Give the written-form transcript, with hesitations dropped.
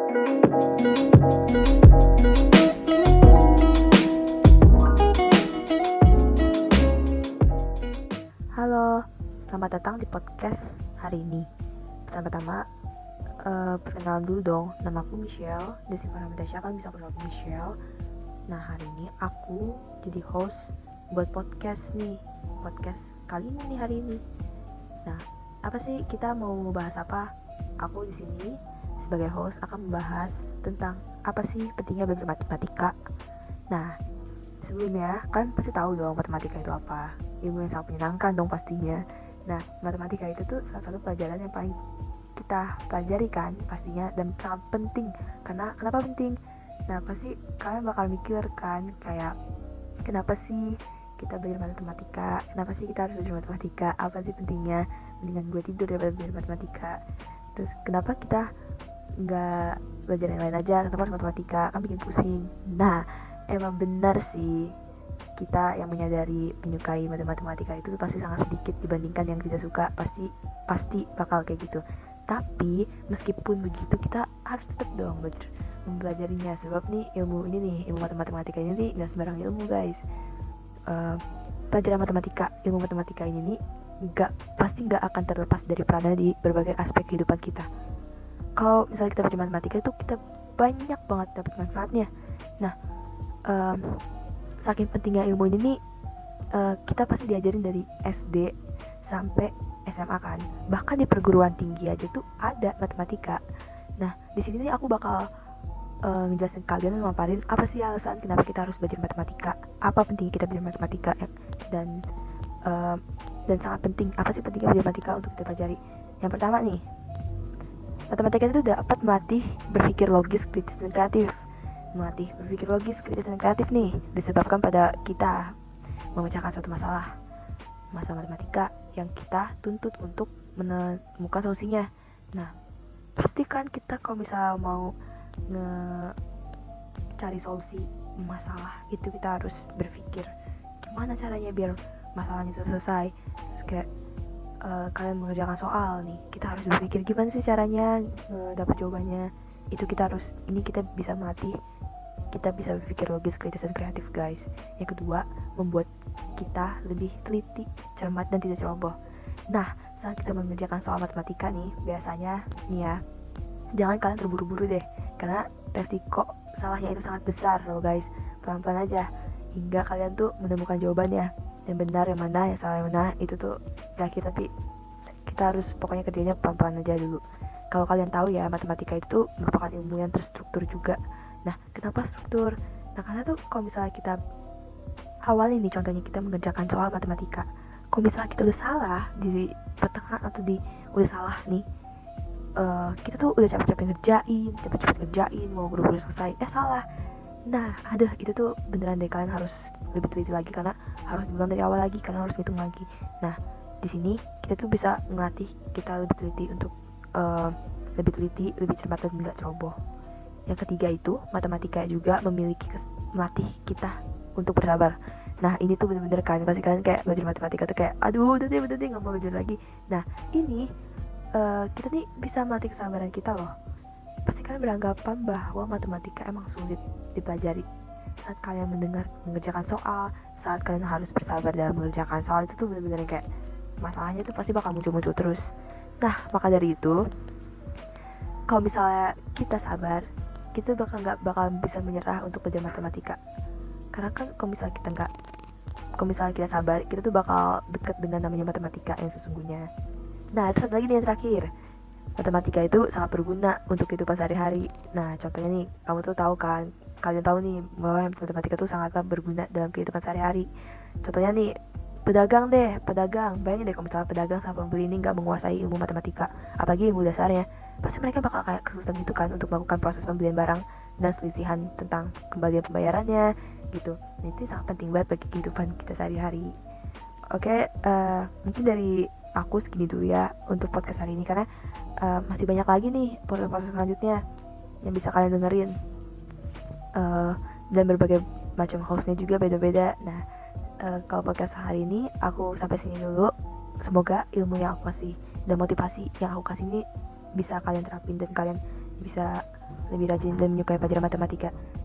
Halo, selamat datang di podcast hari ini. Pertama-tama, perkenalan dulu dong. Nama aku Michelle, Desi Farahmatasya, kan bisa panggil aku Michelle. Nah, hari ini aku jadi host buat podcast nih. Podcast kali ini nih, hari ini. Nah, apa sih kita mau bahas apa? Aku di sini sebagai host akan membahas tentang apa sih pentingnya belajar matematika. Nah, sebelumnya kan pasti tahu dong matematika itu apa. Ilmu yang sangat menyenangkan dong pastinya. Nah, matematika itu tuh salah satu pelajaran yang paling kita pelajari kan pastinya, dan sangat penting. Karena kenapa penting? Nah, pasti kalian bakal mikir kan, kayak kenapa sih kita belajar matematika? Kenapa sih kita harus belajar matematika? Apa sih pentingnya? Mendingan gue tidur daripada belajar matematika. Terus kenapa kita nggak belajar yang lain aja? Kenapa harus matematika? Kan bikin pusing. Nah, emang benar sih, kita yang menyadari menyukai matematika itu pasti sangat sedikit dibandingkan yang tidak suka. Pasti bakal kayak gitu. Tapi meskipun begitu, kita harus tetap dong mempelajarinya. Sebab nih ilmu matematika ini nih nggak sembarang ilmu, guys. Pelajaran matematika, ilmu matematika ini nih pasti nggak akan terlepas dari perannya di berbagai aspek kehidupan kita. Kalau misalnya kita belajar matematika itu, kita banyak banget dapat manfaatnya. Nah, saking pentingnya ilmu ini nih, kita pasti diajarin dari SD sampai SMA kan. Bahkan di perguruan tinggi aja tuh ada matematika. Nah, di sini nih aku bakal ngejelasin kalian, memaparin apa sih alasan kenapa kita harus belajar matematika, apa pentingnya kita belajar matematika, dan sangat penting, apa sih pentingnya belajar matematika untuk kita pelajari. Yang pertama nih, matematika itu dapat melatih berpikir logis, kritis, dan kreatif. Melatih berpikir logis, kritis, dan kreatif nih disebabkan pada kita memecahkan suatu masalah matematika yang kita tuntut untuk menemukan solusinya. Nah, pastikan kita kalau misalnya mau cari solusi masalah itu, kita harus berpikir gimana caranya biar masalahnya itu selesai. Terus kayak kalian mengerjakan soal nih, kita harus berpikir gimana sih caranya dapat jawabannya. Itu kita bisa melatih kita bisa berpikir logis, kritis, dan kreatif, guys. Yang kedua, membuat kita lebih teliti, cermat, dan tidak ceroboh. Nah, saat kita mengerjakan soal matematika nih, biasanya nih ya, jangan kalian terburu-buru deh, karena resiko salahnya itu sangat besar loh, guys. Pelan-pelan aja hingga kalian tuh menemukan jawabannya, yang benar yang mana, yang salah yang mana. Itu tuh laki, tapi kita harus pokoknya kerjanya pelan-pelan aja dulu. Kalau kalian tahu ya, matematika itu tuh merupakan ilmu yang terstruktur juga. Nah, kenapa struktur? Nah, karena tuh kalau misalnya kita awalin nih, contohnya kita mengerjakan soal matematika, kalau misalnya kita udah salah di pertengahan atau udah salah nih, kita tuh udah cepet-cepet ngerjain, mau buru-buru selesai, salah. Nah, itu tuh beneran deh, kalian harus lebih teliti lagi, karena harus diulang dari awal lagi, karena harus ngitung lagi. Nah, di sini kita tuh bisa ngelatih kita lebih teliti untuk lebih teliti, lebih cermat, dan tidak ceroboh. Yang ketiga itu, matematika juga melatih kita untuk bersabar. Nah, ini tuh bener-bener kan, pasti kalian kayak belajar matematika tuh kayak, aduh udah deh gak mau belajar lagi. Nah, ini kita nih bisa melatih kesabaran kita loh. Pasti kalian beranggapan bahwa matematika emang sulit dipelajari. Saat kalian mengerjakan soal, saat kalian harus bersabar dalam mengerjakan soal, itu tuh bener-bener kayak masalahnya tuh pasti bakal muncul terus. Nah, maka dari itu, kalau misalnya kita sabar, kita gak bakal bisa menyerah untuk belajar matematika. Karena kan kalau misalnya kita sabar, kita tuh bakal dekat dengan namanya matematika yang sesungguhnya. Nah, terus satu lagi nih yang terakhir, matematika itu sangat berguna untuk kehidupan sehari-hari. Nah, contohnya nih, kalian tahu nih bahwa matematika tuh sangatlah berguna dalam kehidupan sehari-hari. Contohnya nih, pedagang, bayangin deh kalau misalnya pedagang sama pembeli ini gak menguasai ilmu matematika, apalagi ilmu dasarnya, pasti mereka bakal kayak kesulitan gitu kan untuk melakukan proses pembelian barang dan selisihan tentang kembalian pembayarannya gitu. Nah, itu sangat penting banget bagi kehidupan kita sehari-hari. Oke, mungkin dari aku segini dulu ya untuk podcast hari ini, karena masih banyak lagi nih proses selanjutnya yang bisa kalian dengerin, dan berbagai macam hostnya juga beda-beda. Nah, kalau podcast hari ini aku sampai sini dulu. Semoga ilmu yang aku kasih dan motivasi yang aku kasih ini bisa kalian terapin dan kalian bisa lebih rajin dan menyukai pelajaran matematika.